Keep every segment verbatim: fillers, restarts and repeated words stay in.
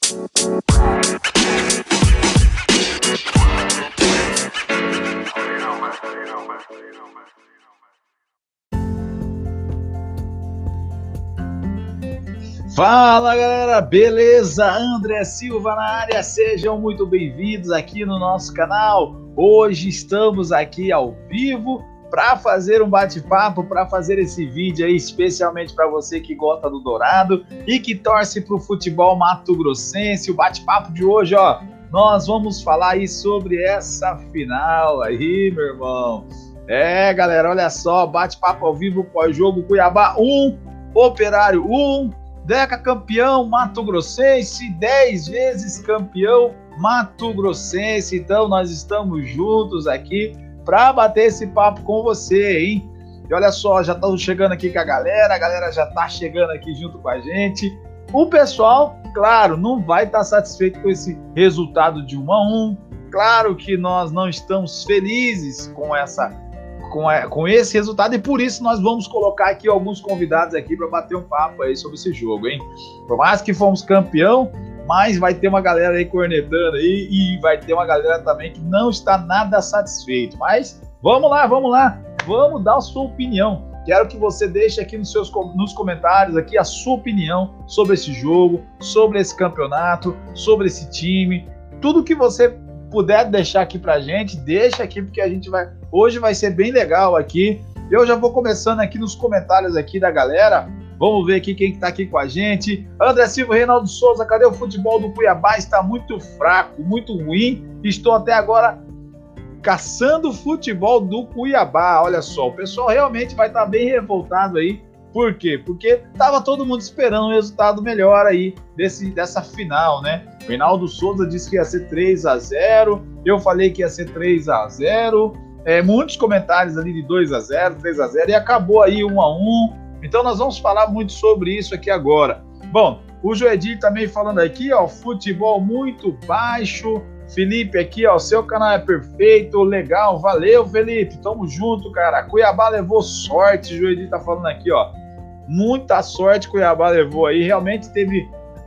Fala galera, beleza? André Silva na área, sejam muito bem-vindos aqui no nosso canal. Hoje estamos aqui ao vivo para fazer um bate-papo, para fazer esse vídeo aí especialmente para você que gosta do Dourado e que torce para o futebol mato-grossense. O bate-papo de hoje, ó, nós vamos falar aí sobre essa final aí, meu irmão. É, galera, olha só, bate-papo ao vivo pós-jogo, Cuiabá um, Operário um. Deca campeão mato-grossense, dez vezes campeão mato-grossense. Então nós estamos juntos aqui para bater esse papo com você, hein? E olha só, já estamos chegando aqui com a galera, a galera já está chegando aqui junto com a gente. O pessoal, claro, não vai estar satisfeito com esse resultado de um a um. Claro que nós não estamos felizes com essa Com, a, com esse resultado, e por isso nós vamos colocar aqui alguns convidados aqui para bater um papo aí sobre esse jogo, hein? Por mais que fomos campeão, mas vai ter uma galera aí cornetando aí, e vai ter uma galera também que não está nada satisfeito. Mas vamos lá, vamos lá, vamos dar a sua opinião. Quero que você deixe aqui nos seus nos comentários aqui a sua opinião sobre esse jogo, sobre esse campeonato, sobre esse time, tudo que você puder deixar aqui pra gente, deixa aqui, porque a gente vai, hoje vai ser bem legal aqui. Eu já vou começando aqui nos comentários aqui da galera, vamos ver aqui quem que tá aqui com a gente. André Silva, Reinaldo Souza, cadê o futebol do Cuiabá? Está muito fraco, muito ruim, estou até agora caçando o futebol do Cuiabá. Olha só, o pessoal realmente vai estar bem revoltado aí. Por quê? Porque tava todo mundo esperando um resultado melhor aí desse, dessa final, né? O Reinaldo Souza disse que ia ser três a zero, eu falei que ia ser três a zero, é, muitos comentários ali de dois a zero, três a zero, e acabou aí um a um. Então nós vamos falar muito sobre isso aqui agora. Bom, o Joedir também falando aqui, ó, futebol muito baixo. Felipe aqui, ó, seu canal é perfeito, legal, valeu, Felipe, tamo junto, cara. Cuiabá levou sorte, o Joedir tá falando aqui, ó, muita sorte Cuiabá levou aí, realmente teve,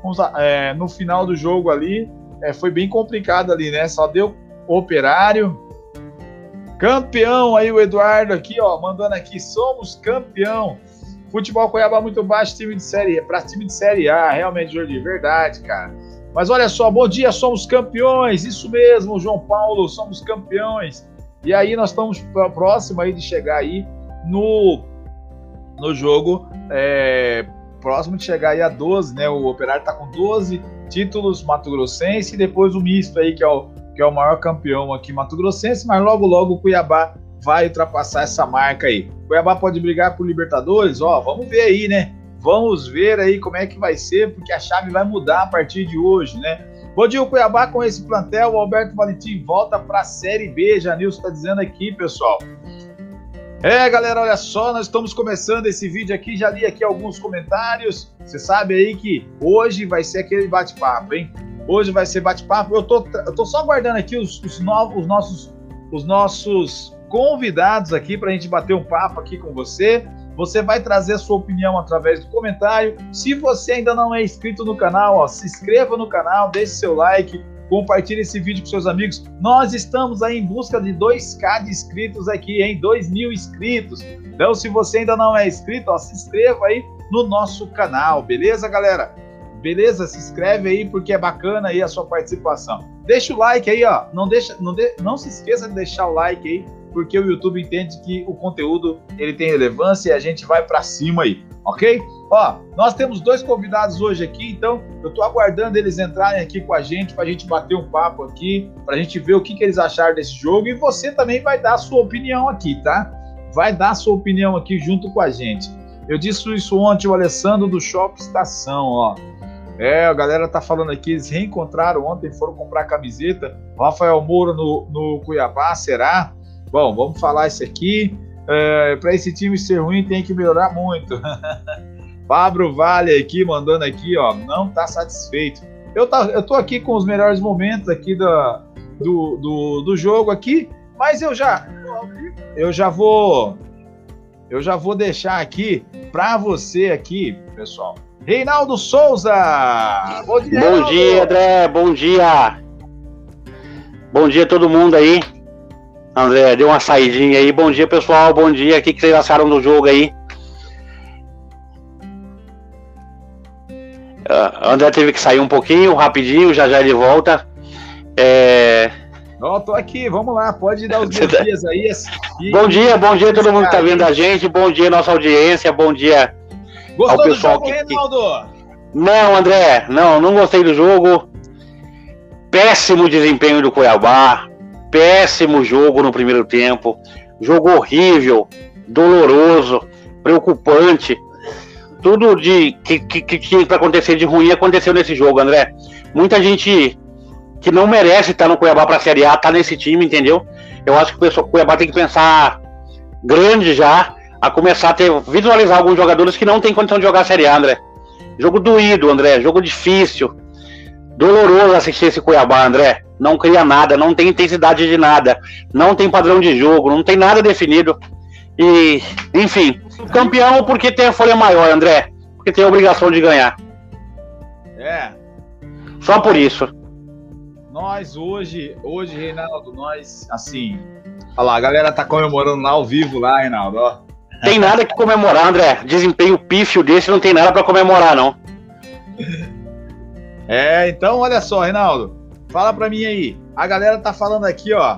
é, no final do jogo ali, é, foi bem complicado ali, né, só deu Operário, campeão aí o Eduardo aqui, ó, mandando aqui, somos campeão, futebol Cuiabá muito baixo, time de série, para time de série A, realmente, Joedir, verdade, cara. Mas olha só, bom dia, somos campeões, isso mesmo, João Paulo, somos campeões. E aí nós estamos próximo aí de chegar aí no, no jogo, é, próximo de chegar aí a doze, né? O Operário está com doze títulos mato-grossense e depois o misto aí, que é o, que é o maior campeão aqui mato-grossense, mas logo logo o Cuiabá vai ultrapassar essa marca aí. O Cuiabá pode brigar por Libertadores? Ó, vamos ver aí, né? Vamos ver aí como é que vai ser, porque a chave vai mudar a partir de hoje, né? Bom dia, o Cuiabá com esse plantel, o Alberto Valentim volta para a Série B, Janilson está dizendo aqui, pessoal. É, galera, olha só, nós estamos começando esse vídeo aqui, já li aqui alguns comentários, você sabe aí que hoje vai ser aquele bate-papo, hein? Hoje vai ser bate-papo, eu tô, eu tô só aguardando aqui os, os, novos, os, nossos, os nossos convidados aqui para a gente bater um papo aqui com você. Você vai trazer a sua opinião através do comentário. Se você ainda não é inscrito no canal, ó, se inscreva no canal, deixe seu like, compartilhe esse vídeo com seus amigos. Nós estamos aí em busca de dois K de inscritos aqui, hein? dois mil inscritos. Então, se você ainda não é inscrito, ó, se inscreva aí no nosso canal, beleza, galera? Beleza? Se inscreve aí porque é bacana aí a sua participação. Deixa o like aí, ó. Não, deixa, não, de, não se esqueça de deixar o like aí, porque o YouTube entende que o conteúdo ele tem relevância e a gente vai para cima aí, ok? Ó, nós temos dois convidados hoje aqui, então eu tô aguardando eles entrarem aqui com a gente, para a gente bater um papo aqui, para a gente ver o que, que eles acharam desse jogo, e você também vai dar a sua opinião aqui, tá? Vai dar a sua opinião aqui junto com a gente. Eu disse isso ontem, o Alessandro do Shopping Estação, ó. É, a galera tá falando aqui, eles reencontraram ontem, foram comprar camiseta, Rafael Moura no, no Cuiabá, será? Bom, vamos falar isso aqui. É, para esse time ser ruim tem que melhorar muito. Pablo Vale aqui, mandando aqui, ó, não tá satisfeito. Eu, tá, eu tô aqui com os melhores momentos aqui da, do, do, do jogo aqui, mas eu já eu já vou eu já vou deixar aqui para você aqui, pessoal. Reinaldo Souza. Bom dia, Bom Reinaldo. dia, André. Bom dia. Bom dia a todo mundo aí. André, deu uma saidinha aí. Bom dia, pessoal. Bom dia. O que, que vocês acharam do jogo aí? Uh, André teve que sair um pouquinho, rapidinho. Já já ele volta. É... Ó, tô aqui. Vamos lá. Pode dar os bons dias aí. E... Bom dia, bom dia a todo mundo que tá vendo a gente. Bom dia, nossa audiência. Bom dia. Gostou ao pessoal do jogo, que... Reinaldo? Não, André, não, não gostei do jogo. Péssimo desempenho do Cuiabá. Péssimo jogo no primeiro tempo. Jogo horrível, doloroso, preocupante. Tudo de que, que, que tinha para acontecer de ruim aconteceu nesse jogo, André. Muita gente que não merece estar no Cuiabá para a Série A tá nesse time, entendeu? Eu acho que o pessoal, o Cuiabá tem que pensar grande já, a começar a ter, visualizar alguns jogadores que não tem condição de jogar a Série A, André. Jogo doído, André, jogo difícil, doloroso assistir esse Cuiabá, André. Não cria nada, não tem intensidade de nada, não tem padrão de jogo, não tem nada definido. E, enfim, campeão porque tem a folha maior, André, porque tem a obrigação de ganhar. É. Só por isso. Nós hoje, hoje, Reinaldo, nós, assim, olha lá, a galera tá comemorando lá ao vivo lá, Reinaldo, ó. Tem nada que comemorar, André. Desempenho pífio desse não tem nada pra comemorar, não. É, então olha só, Reinaldo. Fala pra mim aí. A galera tá falando aqui, ó.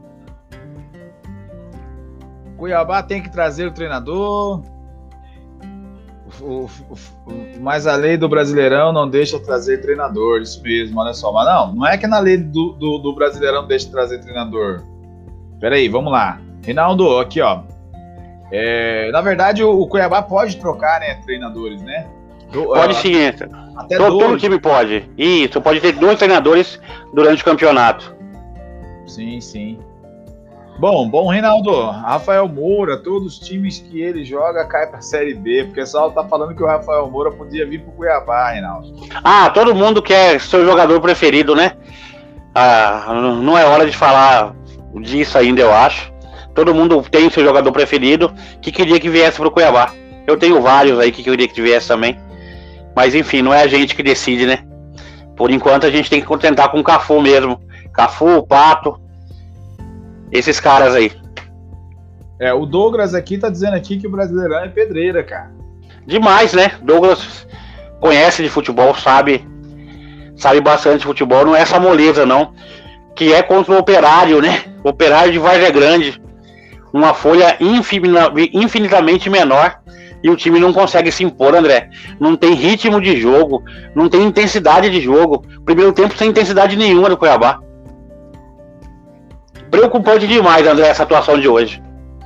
Cuiabá tem que trazer o treinador. O, o, o, mas a lei do Brasileirão não deixa trazer treinador. Isso mesmo, olha só. Mas não, não é que na lei do, do, do Brasileirão deixa trazer treinador. Pera aí, vamos lá. Reinaldo, aqui, ó. É, na verdade, o, o Cuiabá pode trocar, né, treinadores, né? Do, pode uh, sim, até todo, dois. todo time pode. Isso, pode ter dois treinadores durante o campeonato. Sim, sim. Bom, bom, Reinaldo, Rafael Moura, todos os times que ele joga caem pra Série B, porque o pessoal tá falando que o Rafael Moura podia vir pro Cuiabá, Reinaldo. Ah, todo mundo quer seu jogador preferido, né? Ah, não é hora de falar disso ainda, eu acho. Todo mundo tem seu jogador preferido que queria que viesse pro Cuiabá. Eu tenho vários aí que queria que viesse também. Mas enfim, não é a gente que decide, né? Por enquanto a gente tem que contentar com o Cafu mesmo. Cafu, o Pato, esses caras aí. É, o Douglas aqui tá dizendo aqui que o Brasileirão é pedreira, cara. Demais, né? Douglas conhece de futebol, sabe, sabe bastante de futebol. Não é essa moleza, não. Que é contra o Operário, né? O Operário de Vargem Grande. Uma folha infinitamente menor e o time não consegue se impor, André. Não tem ritmo de jogo, não tem intensidade de jogo. Primeiro tempo sem intensidade nenhuma do Cuiabá. Preocupante demais, André, essa atuação de hoje.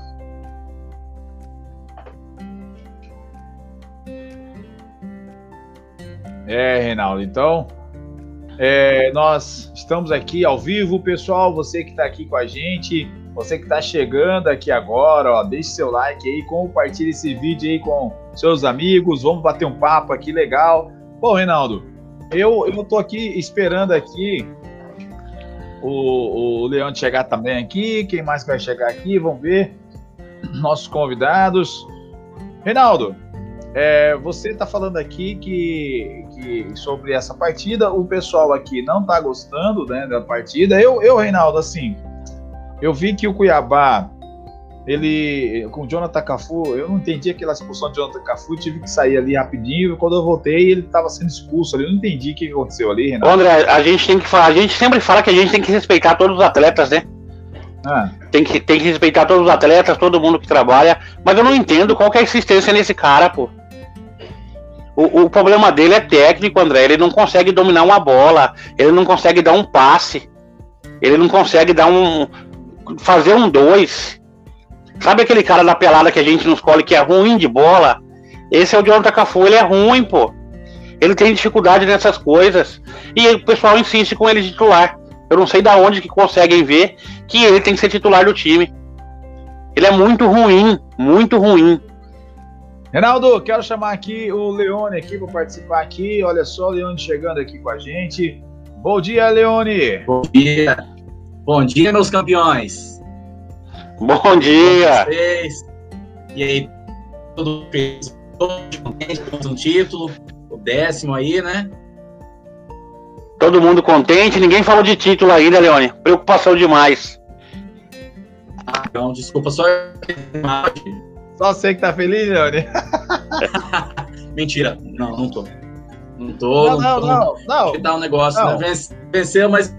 É, Reinaldo, então é, nós estamos aqui ao vivo, pessoal. Você que está aqui com a gente, você que está chegando aqui agora, ó, deixe seu like aí, compartilhe esse vídeo aí com seus amigos, vamos bater um papo aqui legal. Bom, Reinaldo, eu, eu tô aqui esperando aqui o, o Leandro chegar também aqui, quem mais vai chegar aqui, vamos ver, nossos convidados. Reinaldo, é, você está falando aqui que, que sobre essa partida, o pessoal aqui não está gostando, né, da partida. Eu, eu, Reinaldo, assim, eu vi que o Cuiabá, ele, com o Jonathan Cafu, eu não entendi aquela expulsão de Jonathan Cafu, tive que sair ali rapidinho, e quando eu voltei, ele estava sendo expulso ali, eu não entendi o que aconteceu ali, Renato. André, a gente tem que falar, a gente sempre fala que a gente tem que respeitar todos os atletas, né? Ah. Tem, que, tem que respeitar todos os atletas, todo mundo que trabalha, mas eu não entendo qual que é a insistência nesse cara, pô. O, o problema dele é técnico, André, ele não consegue dominar uma bola, ele não consegue dar um passe, ele não consegue dar um... fazer um dois. Sabe aquele cara da pelada que a gente não escolhe que é ruim de bola? Esse é o Jonathan Cafu, ele é ruim, pô. Ele tem dificuldade nessas coisas. E o pessoal insiste com ele de titular. Eu não sei da onde que conseguem ver que ele tem que ser titular do time. Ele é muito ruim, muito ruim. Reinaldo, quero chamar aqui o Leone aqui para participar aqui. Olha só, o Leone chegando aqui com a gente. Bom dia, Leone. Bom dia. Bom dia, meus campeões. Bom dia. Vocês. E aí, tudo feliz, contente com um título. décimo aí, né? Todo mundo contente, ninguém falou de título ainda, Leone. Preocupação demais. Então, desculpa, só... Só você que tá feliz, Leone? Mentira, não, não tô. Não tô, não, não, tô. não, não. Que tal o negócio, não. né? Venceu, mas...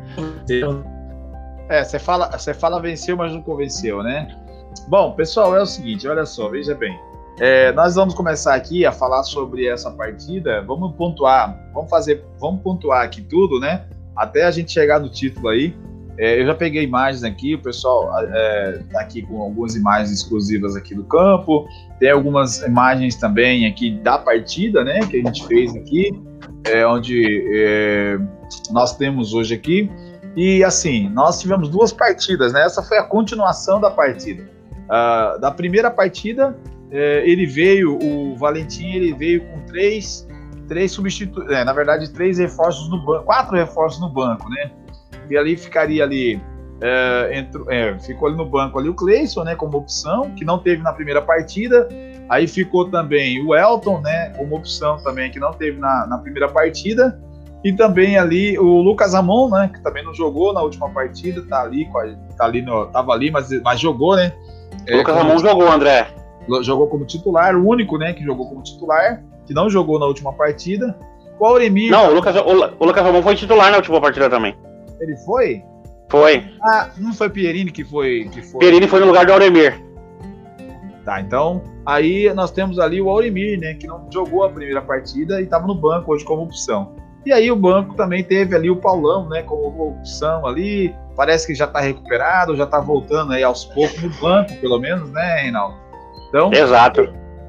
É, você fala, você fala venceu, mas não convenceu, né? Bom, pessoal, é o seguinte, olha só, veja bem. É, nós vamos começar aqui a falar sobre essa partida. Vamos pontuar, vamos fazer, vamos pontuar aqui tudo, né? Até a gente chegar no título aí. É, eu já peguei imagens aqui, o pessoal é, tá aqui com algumas imagens exclusivas aqui do campo. Tem algumas imagens também aqui da partida, né? Que a gente fez aqui, é, onde é, nós temos hoje aqui. E assim, nós tivemos duas partidas, né? Essa foi a continuação da partida. Uh, da primeira partida, eh, ele veio, o Valentim, ele veio com três, três substitutos, é, na verdade, três reforços no banco, quatro reforços no banco, né? E ali ficaria ali, é, entrou, é, ficou ali no banco ali o Cleison, né, como opção, que não teve na primeira partida. Aí ficou também o Elton, né, como opção também, que não teve na, na primeira partida. E também ali o Lucas Ramon, né, que também não jogou na última partida, tá ali, tá ali no, tava ali, mas, mas jogou, né? O Lucas Ramon jogou, André. Jogou como titular, o único, né, que jogou como titular, que não jogou na última partida. O Auremir... Não, o Lucas, o, o Lucas Ramon foi titular na última partida também. Ele foi? Foi. Ah, não foi Pierini que foi... Que foi... Pierini foi no lugar do Auremir. Tá, então, aí nós temos ali o Auremir, né, que não jogou a primeira partida e estava no banco hoje como opção. E aí o banco também teve ali o Paulão, né, como opção ali, parece que já está recuperado, já está voltando aí aos poucos no banco, pelo menos, né, Reinaldo? Então, exato.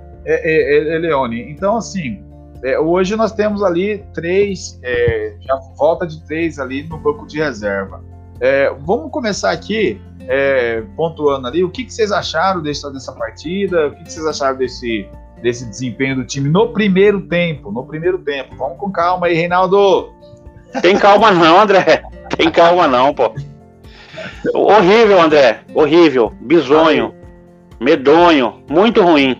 É, é, é, Leone, então assim, é, hoje nós temos ali três, é, já volta de três ali no banco de reserva. É, vamos começar aqui, é, pontuando ali, o que, que vocês acharam dessa, dessa partida, o que, que vocês acharam desse... desse desempenho do time no primeiro tempo, no primeiro tempo. Vamos com calma aí, Reinaldo. Tem calma não, André. Tem calma não, pô. Horrível, André. Horrível. Bizonho. Medonho. Muito ruim.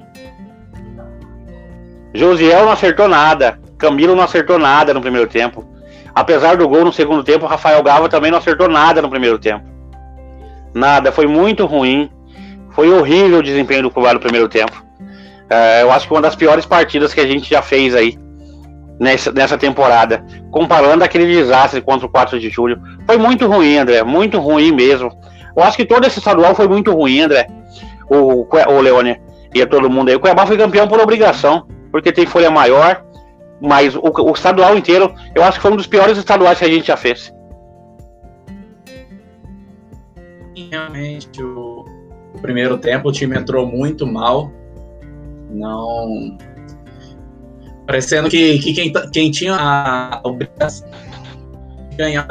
Josiel não acertou nada. Camilo não acertou nada no primeiro tempo. Apesar do gol no segundo tempo, Rafael Gava também não acertou nada no primeiro tempo. Nada. Foi muito ruim. Foi horrível o desempenho do Cuiabá no primeiro tempo. Uh, eu acho que uma das piores partidas que a gente já fez aí nessa, nessa temporada, comparando aquele desastre contra o quatro de julho. Foi muito ruim, André, muito ruim mesmo. Eu acho que todo esse estadual foi muito ruim, André. O, o Leone e a todo mundo aí. O Cuiabá foi campeão por obrigação, porque tem folha maior, mas o, o estadual inteiro, eu acho que foi um dos piores estaduais que a gente já fez. Realmente, o, o primeiro tempo o time entrou muito mal. Não. Parecendo que, que quem, quem tinha a obrigação de ganhar.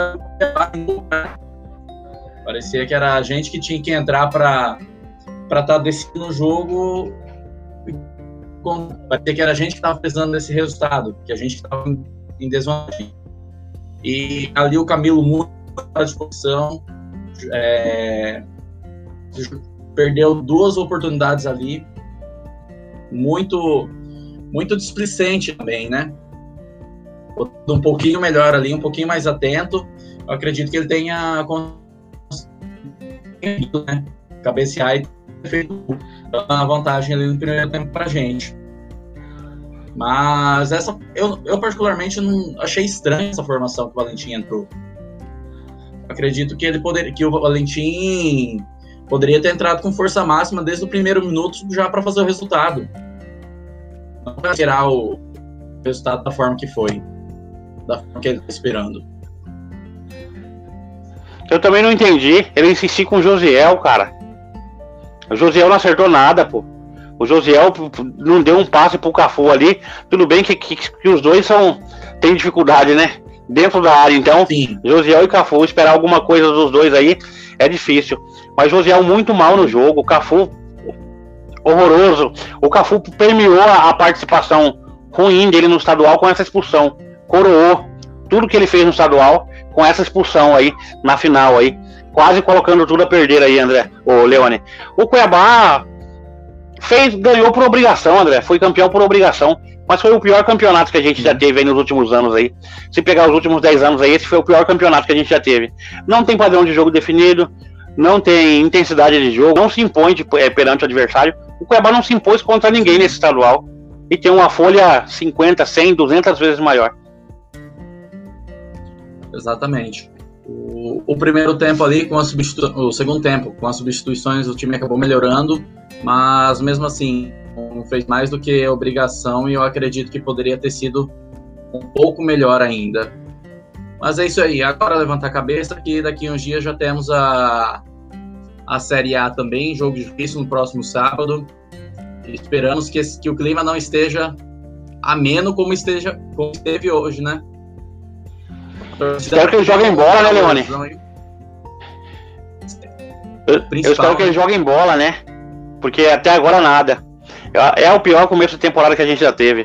Parecia que era a gente que tinha que entrar para estar tá decidindo o jogo. Parecia que era a gente que estava precisando desse resultado, que a gente estava em, em desvantagem. E ali o Camilo, muito à disposição, é, perdeu duas oportunidades ali. Muito, muito displicente também, né? Um pouquinho melhor ali, um pouquinho mais atento. Eu acredito que ele tenha conseguido, né, cabecear e ter feito a vantagem ali no primeiro tempo pra gente. Mas essa, eu, eu particularmente não achei estranha essa formação que o Valentim entrou. Eu acredito que ele poderia, que o Valentim poderia ter entrado com força máxima desde o primeiro minuto já para fazer o resultado. Não para tirar o resultado da forma que foi, da forma que ele está esperando. Eu também não entendi. Ele insistiu com o Josiel, cara. O Josiel não acertou nada, pô. O Josiel não deu um passe pro Cafu ali. Tudo bem que, que, que os dois são tem dificuldade, né? Dentro da área, então, sim. Josiel e Cafu, esperar alguma coisa dos dois aí é difícil. Mas Josiel muito mal no jogo, o Cafu horroroso. O Cafu permeou a, a participação ruim dele no estadual com essa expulsão. Coroou tudo que ele fez no estadual com essa expulsão aí na final aí. Quase colocando tudo a perder aí, André, o Leone. O Cuiabá fez, ganhou por obrigação, André. Foi campeão por obrigação. mas foi o pior campeonato que a gente já teve aí nos últimos anos aí. Se pegar os últimos dez anos aí, esse foi o pior campeonato que a gente já teve. Não tem padrão de jogo definido, não tem intensidade de jogo, não se impõe de, é, perante o adversário. O Cuiabá não se impôs contra ninguém nesse estadual e tem uma folha cinquenta, cem, duzentas vezes maior. Exatamente. O, o primeiro tempo ali, com a substitu... o segundo tempo, com as substituições, o time acabou melhorando, mas mesmo assim, não fez mais do que obrigação e eu acredito que poderia ter sido um pouco melhor ainda. Mas é isso aí, agora levantar a cabeça que daqui a uns dias já temos a, a Série A também, jogo difícil no próximo sábado. E esperamos que, esse, que o clima não esteja ameno como, esteja, como esteve hoje, né? Espero que eles joguem bola, né, Leone? Eu, eu espero que eles joguem bola, né? Porque até agora nada. É o pior começo de temporada que a gente já teve.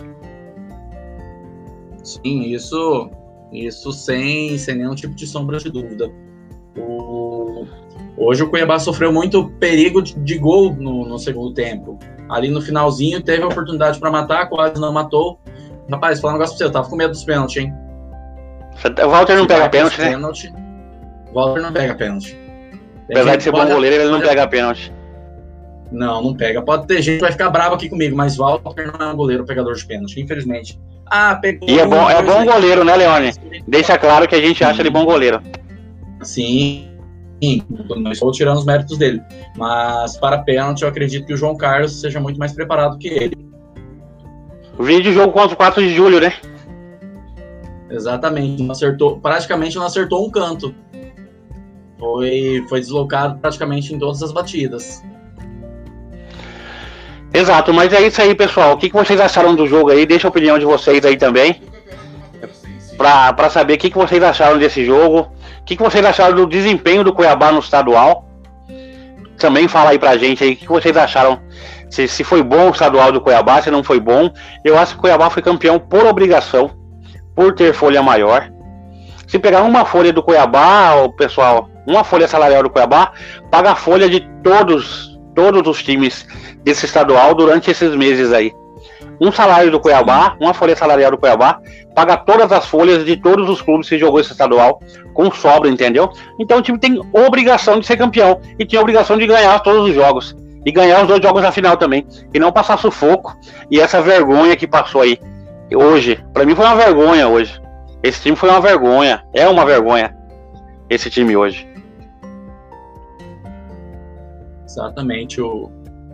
Sim, isso, isso sem, sem nenhum tipo de sombra de dúvida. O, hoje o Cuiabá sofreu muito perigo de, de gol no, no segundo tempo. Ali no finalzinho teve a oportunidade para matar, quase não matou. Rapaz, falar um negócio pra você, eu tava com medo dos pênaltis, hein? O Walter não pega pênalti, né? Pênalti, o Walter não pega pênalti. Apesar de ser bom goleiro, ele não pega pênalti. Não, não pega. Pode ter gente que vai ficar bravo aqui comigo, mas o Walter não é um goleiro pegador de pênalti, infelizmente. Ah, pegou. E é bom, é bom goleiro, né, Leone? Deixa claro que a gente acha ele bom goleiro. Sim, sim. Não estou tirando os méritos dele. Mas para pênalti, eu acredito que o João Carlos seja muito mais preparado que ele. O vídeo jogo contra o quatro de julho, né? Exatamente. Não acertou, praticamente não acertou um canto. Foi, foi deslocado praticamente em todas as batidas. Exato, mas é isso aí, pessoal. O que, que vocês acharam do jogo aí? Deixa a opinião de vocês aí também. Pra, pra saber o que, que vocês acharam desse jogo. O que, que vocês acharam do desempenho do Cuiabá no estadual. Também fala aí pra gente aí o que, que vocês acharam. Se, se foi bom o estadual do Cuiabá, se não foi bom. Eu acho que o Cuiabá foi campeão por obrigação, por ter folha maior. Se pegar uma folha do Cuiabá, pessoal, uma folha salarial do Cuiabá, paga a folha de todos, todos os times desse estadual durante esses meses aí. Um salário do Cuiabá, uma folha salarial do Cuiabá, paga todas as folhas de todos os clubes que jogou esse estadual com sobra, entendeu? Então o time tem obrigação de ser campeão e tinha obrigação de ganhar todos os jogos. E ganhar os dois jogos na final também. E não passar sufoco e essa vergonha que passou aí hoje. Pra mim foi uma vergonha hoje. Esse time foi uma vergonha. É uma vergonha. Esse time hoje. Exatamente. O,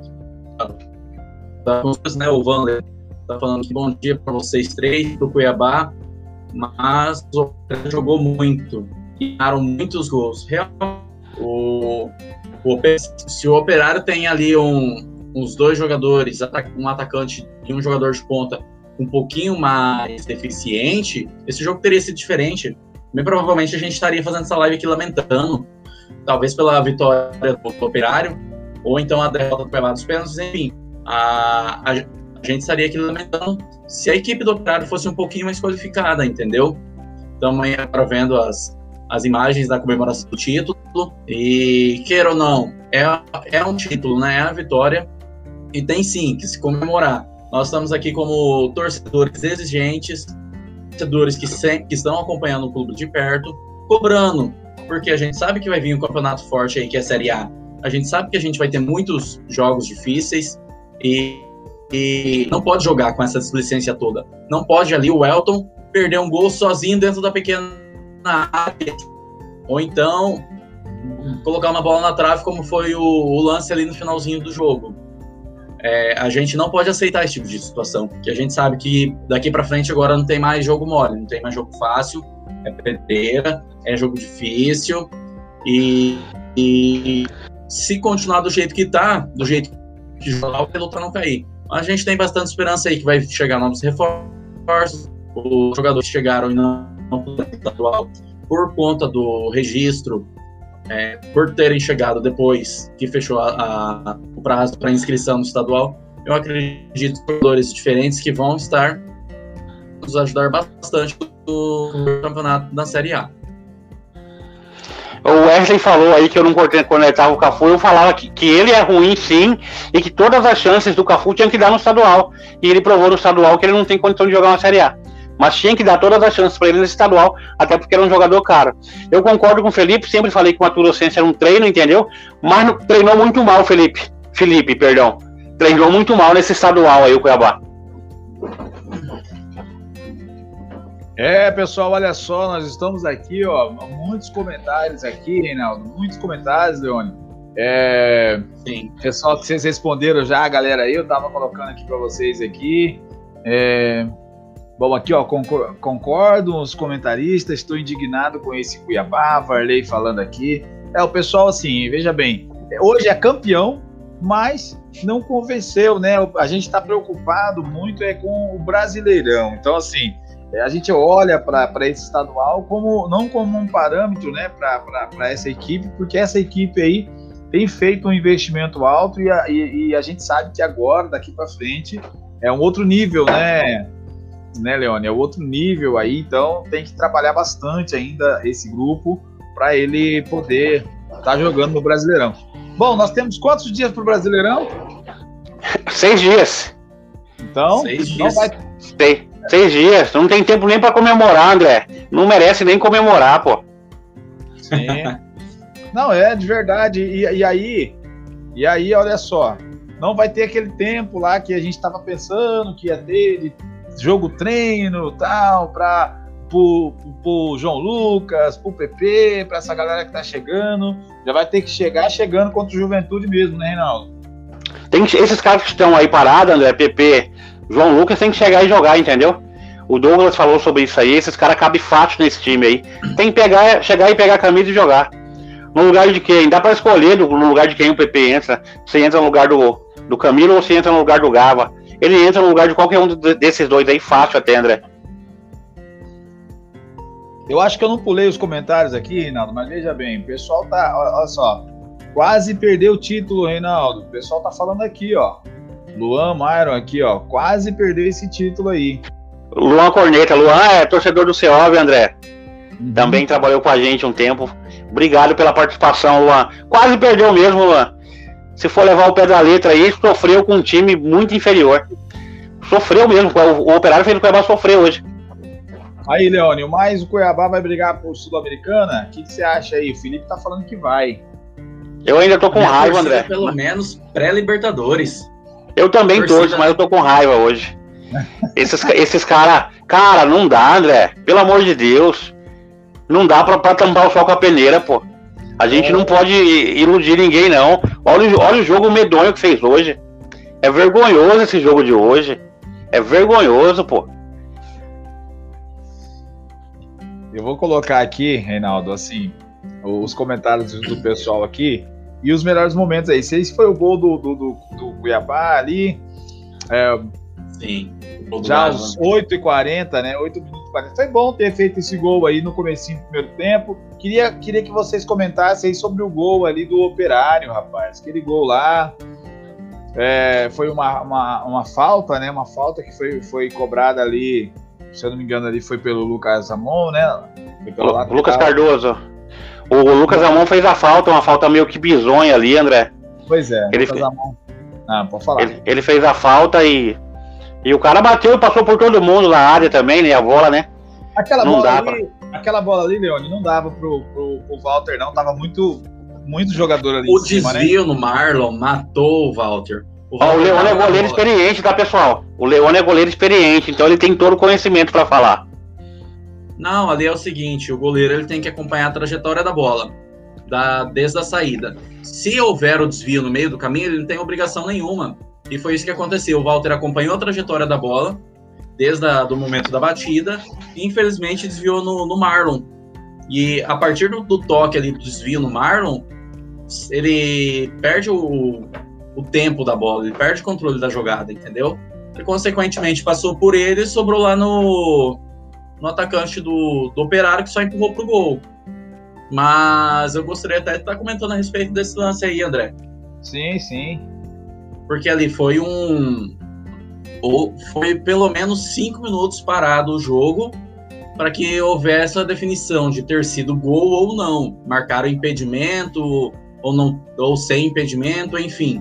né, o Wander tá falando que bom dia pra vocês três, pro Cuiabá. Mas o Operário jogou muito. E ganharam muitos gols. Realmente, o... O, se o Operário tem ali um, uns dois jogadores, um atacante e um jogador de ponta um pouquinho mais deficiente, esse jogo teria sido diferente. Bem provavelmente a gente estaria fazendo essa live aqui lamentando, talvez pela vitória do Operário, ou então a derrota do Cuiabá dos pênaltis, enfim. A, a, a gente estaria aqui lamentando se a equipe do Operário fosse um pouquinho mais qualificada, entendeu? Estamos aí agora vendo as, as imagens da comemoração do título. E, queira ou não, é, é um título, né? É a vitória e tem sim que se comemorar. Nós estamos aqui como torcedores exigentes, torcedores que, se, que estão acompanhando o clube de perto, cobrando, porque a gente sabe que vai vir um campeonato forte aí, que é a Série A. A gente sabe que a gente vai ter muitos jogos difíceis e, e não pode jogar com essa displicência toda. Não pode ali o Elton perder um gol sozinho dentro da pequena área. Ou então colocar uma bola na trave, como foi o, o lance ali no finalzinho do jogo. É, a gente não pode aceitar esse tipo de situação, porque a gente sabe que daqui pra frente agora não tem mais jogo mole, não tem mais jogo fácil, é pedreira, é jogo difícil, e, e se continuar do jeito que tá, do jeito que jogar, vai lutar não cair. A gente tem bastante esperança aí que vai chegar novos reforços, os jogadores chegaram e não estadual por conta do registro, é, por terem chegado depois que fechou a, a, o prazo para inscrição no estadual. Eu acredito em jogadores diferentes que vão estar nos ajudar bastante no campeonato da Série A. O Wesley falou aí que eu não cortei quando ele tava o Cafu, eu falava que, que ele é ruim sim, e que todas as chances do Cafu tinham que dar no estadual. E ele provou no estadual que ele não tem condição de jogar uma Série A. Mas tinha que dar todas as chances para ele nesse estadual, até porque era um jogador caro. Eu concordo com o Felipe, sempre falei que o Mato Grossense era um treino, entendeu? Mas não, treinou muito mal, Felipe. Felipe, perdão. Treinou muito mal nesse estadual aí, o Cuiabá. É, pessoal, olha só, nós estamos aqui, ó, muitos comentários aqui, Reinaldo, muitos comentários, Leone. É, Sim. Pessoal, que vocês responderam já, galera aí, eu tava colocando aqui para vocês aqui. É, bom, aqui, ó, concordo, concordo, os comentaristas, estou indignado com esse Cuiabá, Varley falando aqui. É, o pessoal, assim, veja bem, hoje é campeão, mas não convenceu, né? A gente está preocupado muito é com o Brasileirão, então, assim, a gente olha para esse estadual como, não como um parâmetro, né, para essa equipe, porque essa equipe aí tem feito um investimento alto e a, e, e a gente sabe que agora, daqui para frente, é um outro nível, né, né, Leone? É outro nível aí, então tem que trabalhar bastante ainda esse grupo para ele poder estar tá jogando no Brasileirão. Bom, nós temos quantos dias para o Brasileirão? Seis dias. Então, Seis não dias. vai... Seis, seis dias. Não tem tempo nem para comemorar, André. Não merece nem comemorar, pô. Sim. Não, é de verdade. E, e aí, e aí, olha só, não vai ter aquele tempo lá que a gente estava pensando que ia ter de jogo treino tal, para pro, pro João Lucas, pro P P, para essa galera que tá chegando. Já vai ter que chegar chegando contra o Juventude mesmo, né, Reinaldo? Tem que, esses caras que estão aí parados, André, P P, João Lucas, tem que chegar e jogar, entendeu? O Douglas falou sobre isso aí, esses caras cabem fácil nesse time aí. Tem que pegar, chegar e pegar a camisa e jogar. No lugar de quem? Dá pra escolher no lugar de quem o P P entra. Se entra no lugar do, do Camilo ou se entra no lugar do Gava. Ele entra no lugar de qualquer um desses dois aí, fácil até, André. Eu acho que eu não pulei os comentários aqui, Reinaldo, mas veja bem, o pessoal tá, olha só, quase perdeu o título, Reinaldo. O pessoal tá falando aqui, ó. Luan Myron aqui, ó, quase perdeu esse título aí. Luan Corneta, Luan é torcedor do Ceov, André. Uhum. Também trabalhou com a gente um tempo. Obrigado pela participação, Luan. Quase perdeu mesmo, Luan. Se for levar o pé da letra aí, sofreu com um time muito inferior. Sofreu mesmo, o, o Operário fez o Cuiabá sofrer hoje. Aí, Leone, mas o Cuiabá vai brigar por Sul-Americana? O que, que você acha aí? O Felipe tá falando que vai. Eu ainda tô com Minha raiva, torcida, André. Pelo menos pré-Libertadores. Eu também Torcida. torço, mas eu tô com raiva hoje. Esses, esses caras... Cara, não dá, André. Pelo amor de Deus. Não dá pra, pra tampar o sol com a peneira, pô. A gente é. não pode iludir ninguém, não. Olha, olha o jogo medonho que fez hoje. É vergonhoso esse jogo de hoje. É vergonhoso, pô. Eu vou colocar aqui, Reinaldo, assim, os comentários do pessoal aqui e os melhores momentos aí. Se esse foi o gol do, do, do, do Cuiabá ali, é, sim, já aos oito e quarenta, né? oito minutos e quarenta. Foi bom ter feito esse gol aí no comecinho do primeiro tempo. Queria, queria que vocês comentassem aí sobre o gol ali do Operário, rapaz. Aquele gol lá é, foi uma, uma, uma falta, né? Uma falta que foi, foi cobrada ali. Se eu não me engano, ali foi pelo Lucas Amon, né? Foi pelo o Lucas Cardoso. O Lucas Amon fez a falta, uma falta meio que bizonha ali, André. Pois é, ele Lucas fez... Amon. Ah, pode falar. Ele, ele fez a falta e, e o cara bateu e passou por todo mundo na área também, né? A bola, né? Aquela não bola dá ali, pra... aquela bola ali, Leone, não dava pro, pro, pro Walter, não. Tava muito, muito jogador ali o em cima, né? O desvio no Marlon matou o Walter. O, o Leone é goleiro experiente, tá, pessoal? O Leone é goleiro experiente, então ele tem todo o conhecimento pra falar. Não, ali é o seguinte, o goleiro ele tem que acompanhar a trajetória da bola, da, desde a saída. Se houver o desvio no meio do caminho, ele não tem obrigação nenhuma. E foi isso que aconteceu. O Walter acompanhou a trajetória da bola, desde o momento da batida, e infelizmente desviou no, no Marlon. E a partir do, do toque ali, do desvio no Marlon, ele perde o, o tempo da bola, ele perde o controle da jogada, entendeu? E consequentemente passou por ele e sobrou lá no... no atacante do, do Operário, que só empurrou pro gol. Mas eu gostaria até de estar comentando a respeito desse lance aí, André. Sim, sim. Porque ali foi um... Ou foi pelo menos cinco minutos parado o jogo para que houvesse a definição de ter sido gol ou não. Marcaram impedimento ou, não, ou sem impedimento, enfim.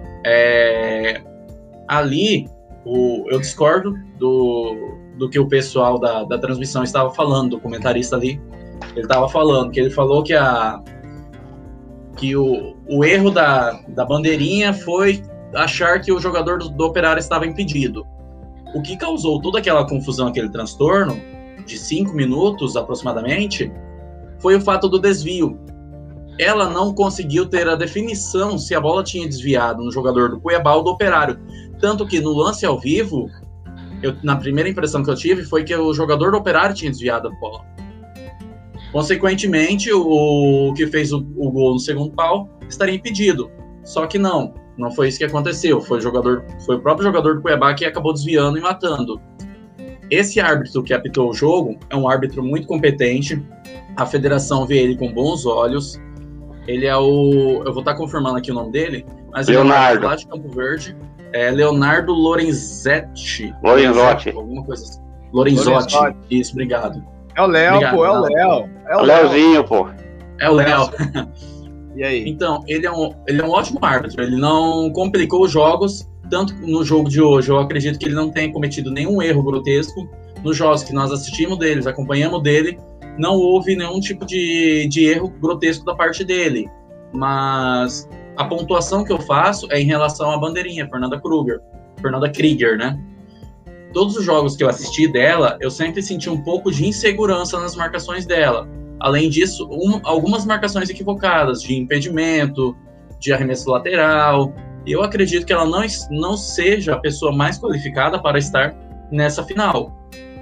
É, ali, o, eu discordo do, do que o pessoal da, da transmissão estava falando, do comentarista ali. Ele estava falando, que ele falou que, a, que o, o erro da, da bandeirinha foi achar que o jogador do, do Operário estava impedido. O que causou toda aquela confusão, aquele transtorno, de cinco minutos aproximadamente, foi o fato do desvio. Ela não conseguiu ter a definição se a bola tinha desviado no jogador do Cuiabá ou do Operário. Tanto que no lance ao vivo, eu, na primeira impressão que eu tive foi que o jogador do Operário tinha desviado a bola. Consequentemente, o, o que fez o, o gol no segundo pau estaria impedido. Só que não, não foi isso que aconteceu. Foi o, jogador, foi o próprio jogador do Cuiabá que acabou desviando e matando. Esse árbitro que apitou o jogo é um árbitro muito competente. A federação vê ele com bons olhos. Ele é o... Eu vou estar confirmando aqui o nome dele. Mas Leonardo. Ele é lá de Campo Verde. É Leonardo Lorenzetti. Lorenzotti. Alguma coisa assim. Lorenzotti. Lorenzotti. Isso, obrigado. É o Léo, Obrigado, pô, é o Léo. Léo. É O Léozinho, pô. É o Léo. E aí? Então, ele é, um, ele é um ótimo árbitro. Ele não complicou os jogos. Tanto no jogo de hoje, eu acredito que ele não tenha cometido nenhum erro grotesco. Nos jogos que nós assistimos deles, acompanhamos dele, não houve nenhum tipo de, de erro grotesco da parte dele. Mas a pontuação que eu faço é em relação à bandeirinha, Fernanda Kruger, Fernanda Krieger, né? Todos os jogos que eu assisti dela, eu sempre senti um pouco de insegurança nas marcações dela. Além disso, um, algumas marcações equivocadas, de impedimento, de arremesso lateral. Eu acredito que ela não, não seja a pessoa mais qualificada para estar nessa final.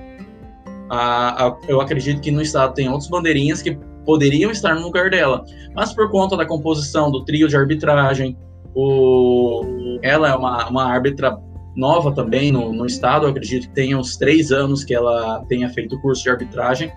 Ah, ah, eu acredito que no estado tem outros bandeirinhas que poderiam estar no lugar dela. Mas por conta da composição do trio de arbitragem, o, ela é uma, uma árbitra nova também no, no estado. Eu acredito que tem uns três anos que ela tenha feito o curso de arbitragem.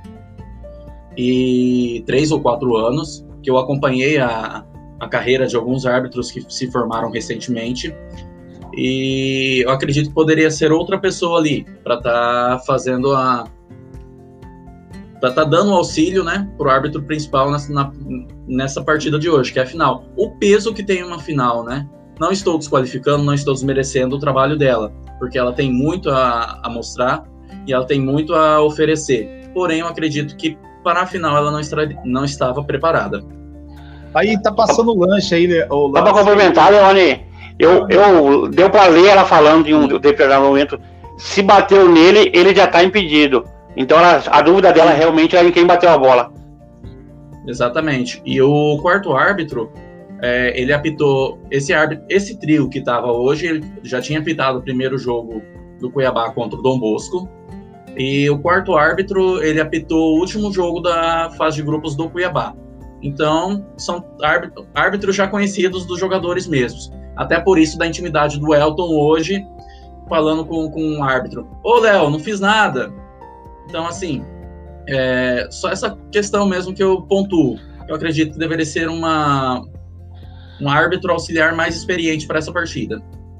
E três ou quatro anos que eu acompanhei a... a carreira de alguns árbitros que se formaram recentemente, e eu acredito que poderia ser outra pessoa ali para estar tá fazendo a para estar tá dando auxílio, né, para o árbitro principal nessa, na, nessa partida de hoje, que é a final. O peso que tem uma final, né? Não estou desqualificando, não estou desmerecendo o trabalho dela, porque ela tem muito a, a mostrar e ela tem muito a oferecer. Porém, eu acredito que para a final ela não, estra, não estava preparada. Aí tá passando o lanche aí, né? O Só pra complementar, Leone, eu, eu, deu pra ler ela falando em um determinado momento, se bateu nele, ele já tá impedido. Então ela, a dúvida dela realmente é em quem bateu a bola. Exatamente. E o quarto árbitro, é, ele apitou, esse, árbitro, esse trio que tava hoje, ele já tinha apitado o primeiro jogo do Cuiabá contra o Dom Bosco. E o quarto árbitro, ele apitou o último jogo da fase de grupos do Cuiabá. Então, são árbitros, árbitros já conhecidos dos jogadores mesmos. Até por isso da intimidade do Elton hoje, falando com, com um árbitro. Ô, Léo, não fiz nada. Então, assim, é, só essa questão mesmo que eu pontuo. Eu acredito que deveria ser uma, um árbitro auxiliar mais experiente para essa partida.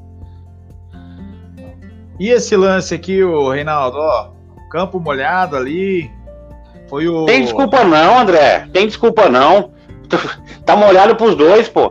E esse lance aqui, o Reinaldo, ó, campo molhado ali, foi o... Tem desculpa não, André, tem desculpa não. Tá molhado pros dois, pô.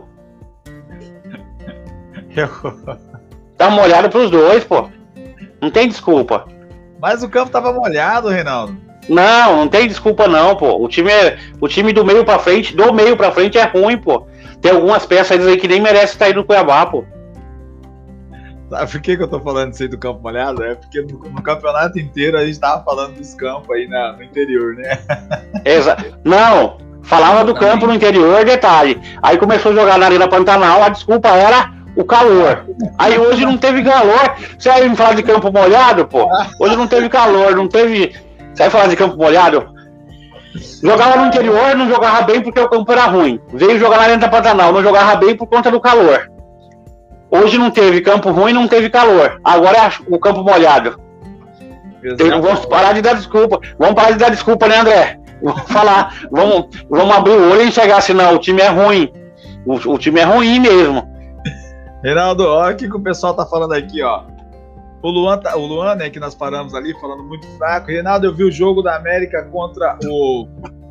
Eu... Tá molhado pros dois, pô. Não tem desculpa. Mas o campo tava molhado, Reinaldo. Não, não tem desculpa não, pô. O time, é, o time do meio pra frente, do meio pra frente é ruim, pô. Tem algumas peças aí que nem merece estar aí no Cuiabá, pô. Sabe por que, que eu tô falando isso aí do campo molhado? É porque no, no campeonato inteiro a gente tava falando dos campos aí na, no interior, né? Exato. Não, falava do campo no interior, detalhe. Aí começou a jogar na Arena Pantanal, a desculpa era o calor. Aí hoje não teve calor. Você vai me falar de campo molhado, pô? Hoje não teve calor, não teve... Você vai falar de campo molhado? Jogava no interior, não jogava bem porque o campo era ruim. Veio jogar na Arena Pantanal, não jogava bem por conta do calor. Hoje não teve campo ruim, não teve calor. Agora é o campo molhado. Tem, vamos parar de dar desculpa. Vamos parar de dar desculpa, né, André? Vamos falar. Vamos, vamos abrir o olho e enxergar assim, não, o time é ruim. O, o time é ruim mesmo. Reinaldo, olha o que o pessoal tá falando aqui, ó. O Luan, tá, o Luan, né, que nós paramos ali, falando muito fraco. Reinaldo, eu vi o jogo da América contra o...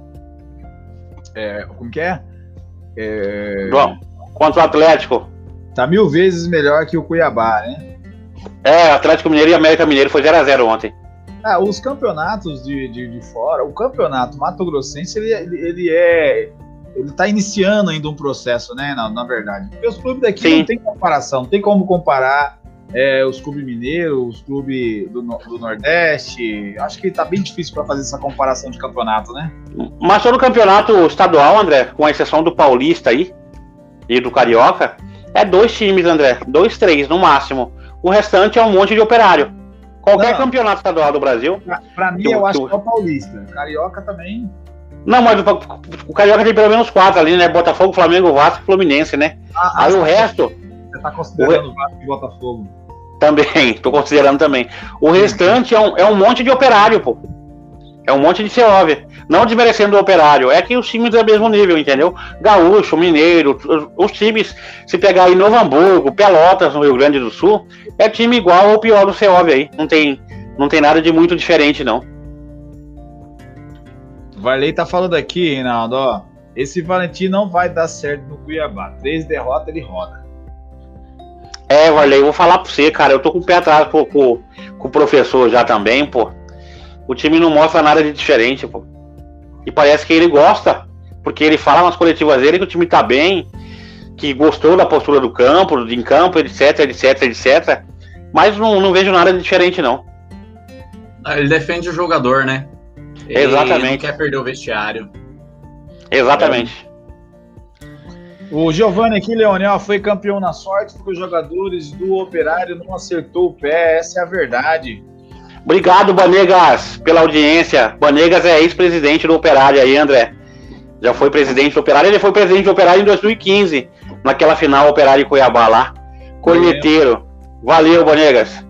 É, como que é? é... Bom, contra o Atlético. Tá mil vezes melhor que o Cuiabá, né? É, Atlético Mineiro e América Mineiro foi zero a zero ontem. Ah, os campeonatos de, de, de fora, o campeonato mato-grossense, ele, ele, ele é... Ele tá iniciando ainda um processo, né, na, na verdade. Porque os clubes daqui Sim. não tem comparação, não tem como comparar é, os clubes mineiros, os clubes do, do Nordeste. Acho que tá bem difícil para fazer essa comparação de campeonato, né? Mas só no campeonato estadual, André, com exceção do Paulista aí e do Carioca, é dois times, André, dois, três no máximo. O restante é um monte de operário. Qualquer não. campeonato estadual do Brasil. Pra, pra mim, eu, eu acho eu... que é o Paulista. Carioca também. Não, mas o, o Carioca tem pelo menos quatro ali, né? Botafogo, Flamengo, Vasco e Fluminense, né? Ah, Aí ah, o resto... Você tá considerando o Vasco e Botafogo? Também, tô considerando também. O restante é um, é um monte de operário, pô. É um monte de C O V. Não desmerecendo o operário. É que os times é do mesmo nível, entendeu? Gaúcho, Mineiro, os, os times, se pegar aí Novo Hamburgo, Pelotas, no Rio Grande do Sul, é time igual ou pior do C O V aí. Não tem, não tem nada de muito diferente, não. Varley tá falando aqui, Reinaldo, ó, esse Valentim não vai dar certo no Cuiabá. Três derrotas, ele roda. É, Varley, eu vou falar pra você, cara, eu tô com o pé atrás com, com, com o professor já também, pô. O time não mostra nada de diferente, pô. E parece que ele gosta, porque ele fala nas coletivas dele que o time tá bem, que gostou da postura do campo, em campo, etc, etc, etcétera. Mas não, não vejo nada de diferente, não. Ele defende o jogador, né? Ele Exatamente. não quer perder o vestiário. Exatamente. O Giovanni aqui, Leonel, foi campeão na sorte porque os jogadores do Operário não acertou o pé. Essa é a verdade. Obrigado, Banegas, pela audiência. Banegas é ex-presidente do Operário aí, André. Já foi presidente do Operário. Ele foi presidente do Operário em dois mil e quinze, naquela final Operário e Cuiabá lá. Corneteiro. Valeu, Banegas.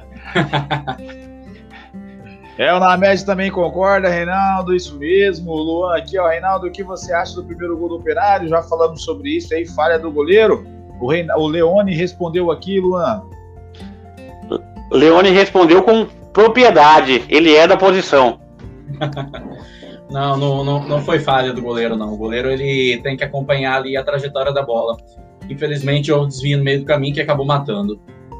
É, o Named também concorda, Reinaldo, isso mesmo. O Luan aqui, ó, Reinaldo, o que você acha do primeiro gol do Operário? Já falamos sobre isso aí, falha do goleiro. O, Rein... o Leone respondeu aqui, Luan. Leone respondeu com propriedade, ele é da posição. não, não, não, não foi falha do goleiro, não. O goleiro ele tem que acompanhar ali a trajetória da bola. Infelizmente, houve desvio no meio do caminho que acabou matando.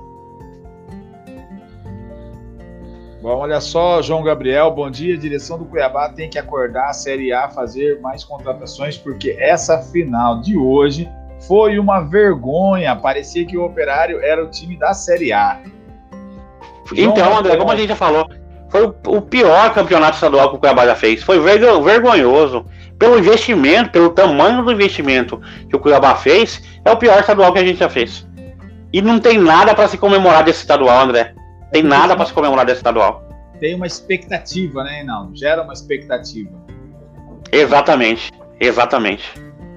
Bom, olha só, João Gabriel, bom dia. A direção do Cuiabá tem que acordar a Série A, fazer mais contratações, porque essa final de hoje foi uma vergonha. Parecia que o Operário era o time da Série A. Então, João André, Gabriel, como a gente já falou, foi o pior campeonato estadual que o Cuiabá já fez. Foi vergonhoso. Pelo investimento, pelo tamanho do investimento que o Cuiabá fez, é o pior estadual que a gente já fez. E não tem nada para se comemorar desse estadual, André. Tem nada para se comemorar desse estadual. Tem uma expectativa, né, Reinaldo? Gera uma expectativa. Exatamente, exatamente.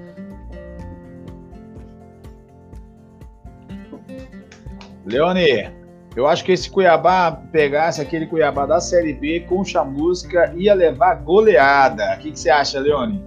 Leone, eu acho que esse Cuiabá pegasse aquele Cuiabá da Série B com chamusca, ia levar goleada. O que, que você acha, Leone?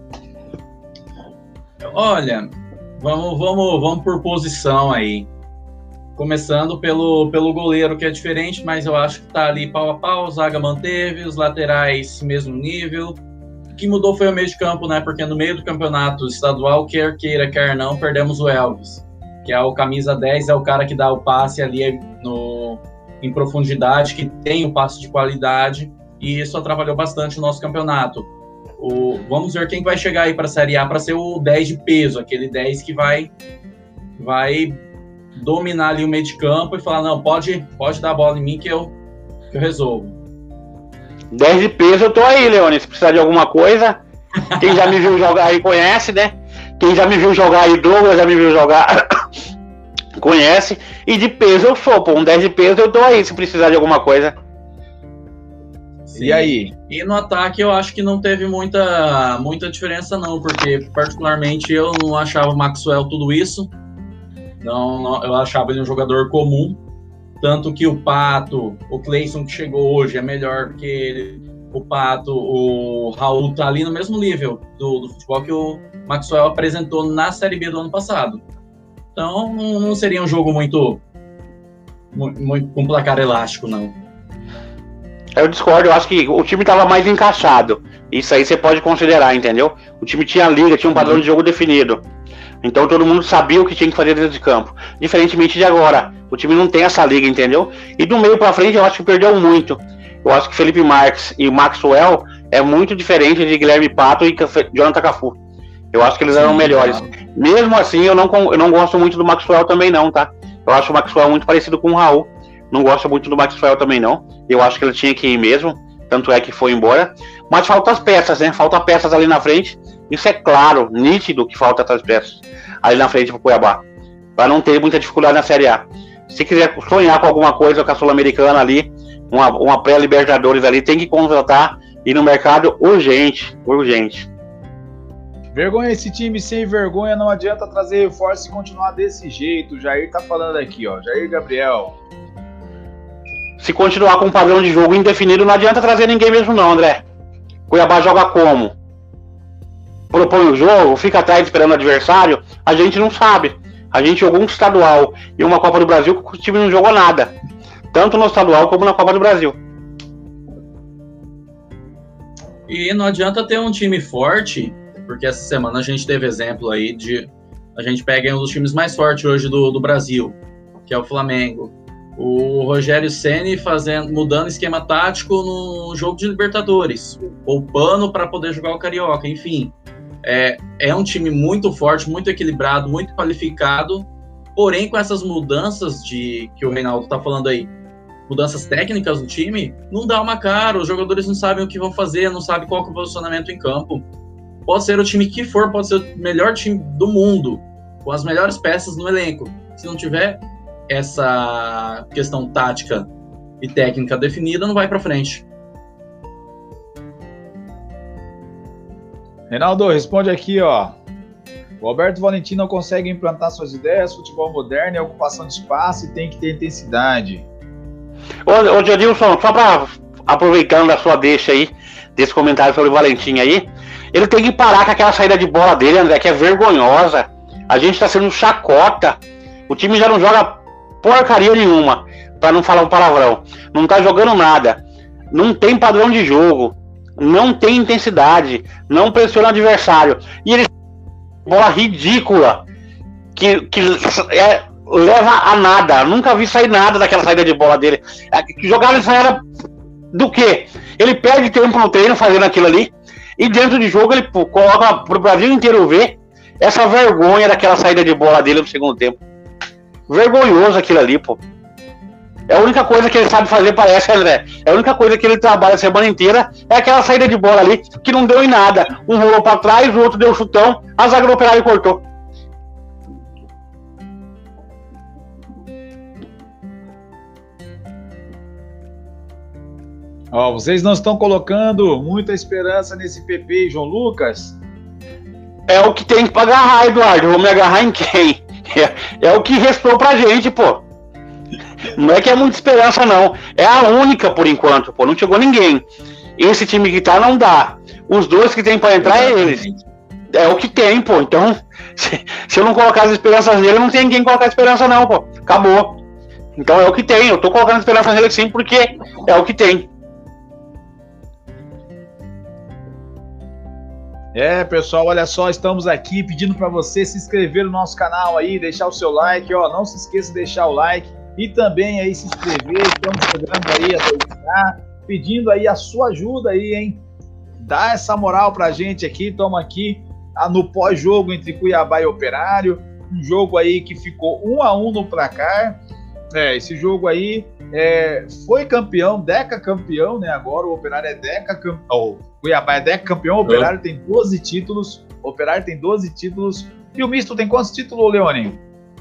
Olha, vamos, vamos, vamos por posição aí. Começando pelo, pelo goleiro, que é diferente, mas eu acho que tá ali pau a pau, a zaga manteve, os laterais mesmo nível. O que mudou foi o meio de campo, né? Porque no meio do campeonato estadual, quer queira, quer não, perdemos o Elvis, que é o camisa dez, é o cara que dá o passe ali no, em profundidade, que tem o passe de qualidade, e isso atrapalhou bastante o nosso campeonato. O, vamos ver quem vai chegar aí para a Série A para ser o dez de peso, aquele dez que vai... vai dominar ali o meio de campo e falar, não, pode, pode dar a bola em mim que eu, que eu resolvo. dez de peso eu tô aí, Leone, se precisar de alguma coisa, quem já me viu jogar aí conhece, né? Quem já me viu jogar aí, Douglas já me viu jogar, conhece, e de peso eu sou, pô, um dez de peso eu tô aí, se precisar de alguma coisa. Sim. E aí? E no ataque eu acho que não teve muita, muita diferença não, porque particularmente eu não achava o Maxwell tudo isso. Não, não, eu achava ele um jogador comum, tanto que o Pato, o Cleison que chegou hoje é melhor que ele, o Pato, o Raul tá ali no mesmo nível do, do futebol que o Maxwell apresentou na Série B do ano passado. Então não, não seria um jogo muito muito, muito com placar elástico, não. Eu discordo, eu acho que o time estava mais encaixado. Isso aí você pode considerar, entendeu? O time tinha liga, tinha um padrão de jogo definido. Então todo mundo sabia o que tinha que fazer dentro de campo. Diferentemente de agora, o time não tem essa liga, entendeu? E do meio pra frente eu acho que perdeu muito. Eu acho que Felipe Marques e Maxwell é muito diferente de Guilherme Pato e Jonathan Cafu. Eu acho que eles eram melhores. Mesmo assim, eu não, eu não gosto muito do Maxwell também não, tá? Eu acho o Maxwell muito parecido com o Raul. Não gosto muito do Maxwell também não. Eu acho que ele tinha que ir mesmo. Tanto é que foi embora. Mas faltam as peças, né? Falta peças ali na frente. Isso é claro, nítido que falta essas peças ali na frente pro Cuiabá. Para não ter muita dificuldade na Série A. Se quiser sonhar com alguma coisa com a Sul-Americana ali, uma, uma pré-Libertadores ali, tem que contratar e ir no mercado urgente. Urgente. Vergonha esse time sem vergonha, não adianta trazer reforço e continuar desse jeito. O Jair tá falando aqui, ó. Jair Gabriel. Se continuar com um padrão de jogo indefinido, não adianta trazer ninguém mesmo não, André. Cuiabá joga como? Propõe o jogo, fica atrás esperando o adversário? A gente não sabe. A gente jogou um estadual e uma Copa do Brasil que o time não jogou nada. Tanto no estadual como na Copa do Brasil. E não adianta ter um time forte, porque essa semana a gente teve exemplo aí de... A gente pega um dos times mais fortes hoje do, do Brasil, que é o Flamengo. O Rogério Ceni fazendo, mudando esquema tático no jogo de Libertadores, poupando para poder jogar o Carioca, enfim. É, é um time muito forte, muito equilibrado, muito qualificado, porém com essas mudanças de que o Reinaldo está falando aí, mudanças técnicas do time, não dá uma cara, os jogadores não sabem o que vão fazer, não sabem qual que é o posicionamento em campo. Pode ser o time que for, pode ser o melhor time do mundo, com as melhores peças no elenco. Se não tiver essa questão tática e técnica definida, não vai para frente. Reinaldo, responde aqui, ó. O Alberto Valentim não consegue implantar suas ideias, futebol moderno é ocupação de espaço e tem que ter intensidade. Ô, ô Jadilson, só para aproveitando a sua deixa aí, desse comentário sobre o Valentim aí, ele tem que parar com aquela saída de bola dele, André, que é vergonhosa. A gente tá sendo chacota. O time já não joga porcaria nenhuma, para não falar um palavrão. Não tá jogando nada. Não tem padrão de jogo. Não tem intensidade. Não pressiona o adversário. E ele bola ridícula. Que, que é, leva a nada. Nunca vi sair nada daquela saída de bola dele. Jogar ele era do quê? Ele perde tempo no treino fazendo aquilo ali. E dentro de jogo ele pô, coloca pro Brasil inteiro ver essa vergonha daquela saída de bola dele no segundo tempo. Vergonhoso aquilo ali, pô. É a única coisa que ele sabe fazer, parece, André. É a única coisa que ele trabalha a semana inteira, é aquela saída de bola ali, que não deu em nada. Um rolou pra trás, o outro deu chutão, a zaga do Operário cortou. Ó, vocês não estão colocando muita esperança nesse P P, João Lucas? É o que tem que agarrar, Eduardo. Eu vou me agarrar em quem? É, é o que restou pra gente, pô. Não é que é muita esperança, não. É a única, por enquanto, pô. Não chegou ninguém. Esse time que tá, não dá. Os dois que tem pra entrar é eles. É o que tem, pô. Então, se, se eu não colocar as esperanças nele, não tem ninguém colocar esperança, não, pô. Acabou. Então é o que tem. Eu tô colocando esperança nele sim, porque é o que tem. É, pessoal, olha só, estamos aqui pedindo para você se inscrever no nosso canal aí, deixar o seu like, ó, não se esqueça de deixar o like e também aí se inscrever, estamos chegando aí a deixar, pedindo aí a sua ajuda aí, hein, dá essa moral pra gente aqui, estamos aqui ah, no pós-jogo entre Cuiabá e Operário, um jogo aí que ficou um a um no placar, é, esse jogo aí é, foi campeão, deca campeão, né, agora o Operário é deca campeão, oh. Cuiabá é deca campeão, o Operário é. tem doze títulos, o Operário tem doze títulos, e o Misto tem quantos títulos, Leone?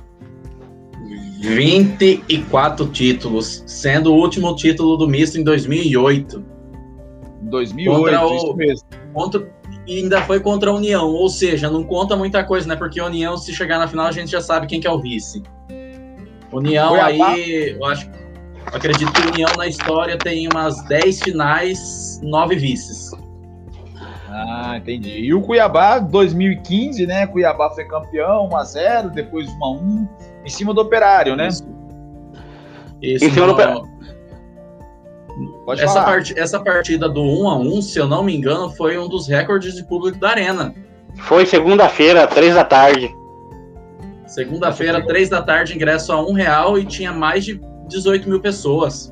vinte e quatro títulos, sendo o último título do Misto em dois mil e oito. dois mil e oito, contra o, isso mesmo. Contra, e ainda foi contra a União, ou seja, não conta muita coisa, né, porque a União, se chegar na final, a gente já sabe quem que é o vice. União Cuiabá. Aí, eu acho, eu acredito que a União na história tem umas dez finais, nove vices. Ah, entendi. E o Cuiabá, dois mil e quinze, né? Cuiabá foi campeão, um a zero, depois um a um, em cima do Operário, né? Isso Em cima no... do... Pode essa, falar. part... essa partida do um a um, se eu não me engano, foi um dos recordes de público da Arena. Foi segunda-feira, três da tarde. Segunda-feira, três da tarde, ingresso a um real e tinha mais de dezoito mil pessoas.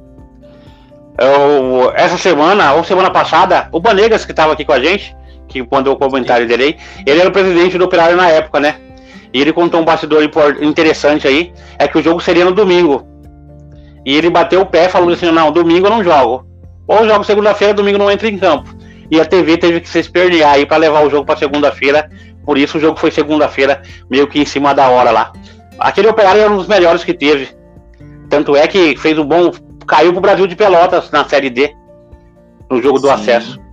Eu, essa semana, ou semana passada, o Banegas, que estava aqui com a gente, que mandou o comentário dele aí, ele era o presidente do Operário na época, né? E ele contou um bastidor interessante aí, é que o jogo seria no domingo. E ele bateu o pé e falou assim, não, domingo eu não jogo. Ou eu jogo segunda-feira, domingo não entra em campo. E a T V teve que se espernear aí para levar o jogo para segunda-feira, por isso o jogo foi segunda-feira, meio que em cima da hora lá. Aquele Operário era um dos melhores que teve. Tanto é que fez um bom... Caiu pro Brasil de Pelotas na Série D, no jogo do Sim. acesso.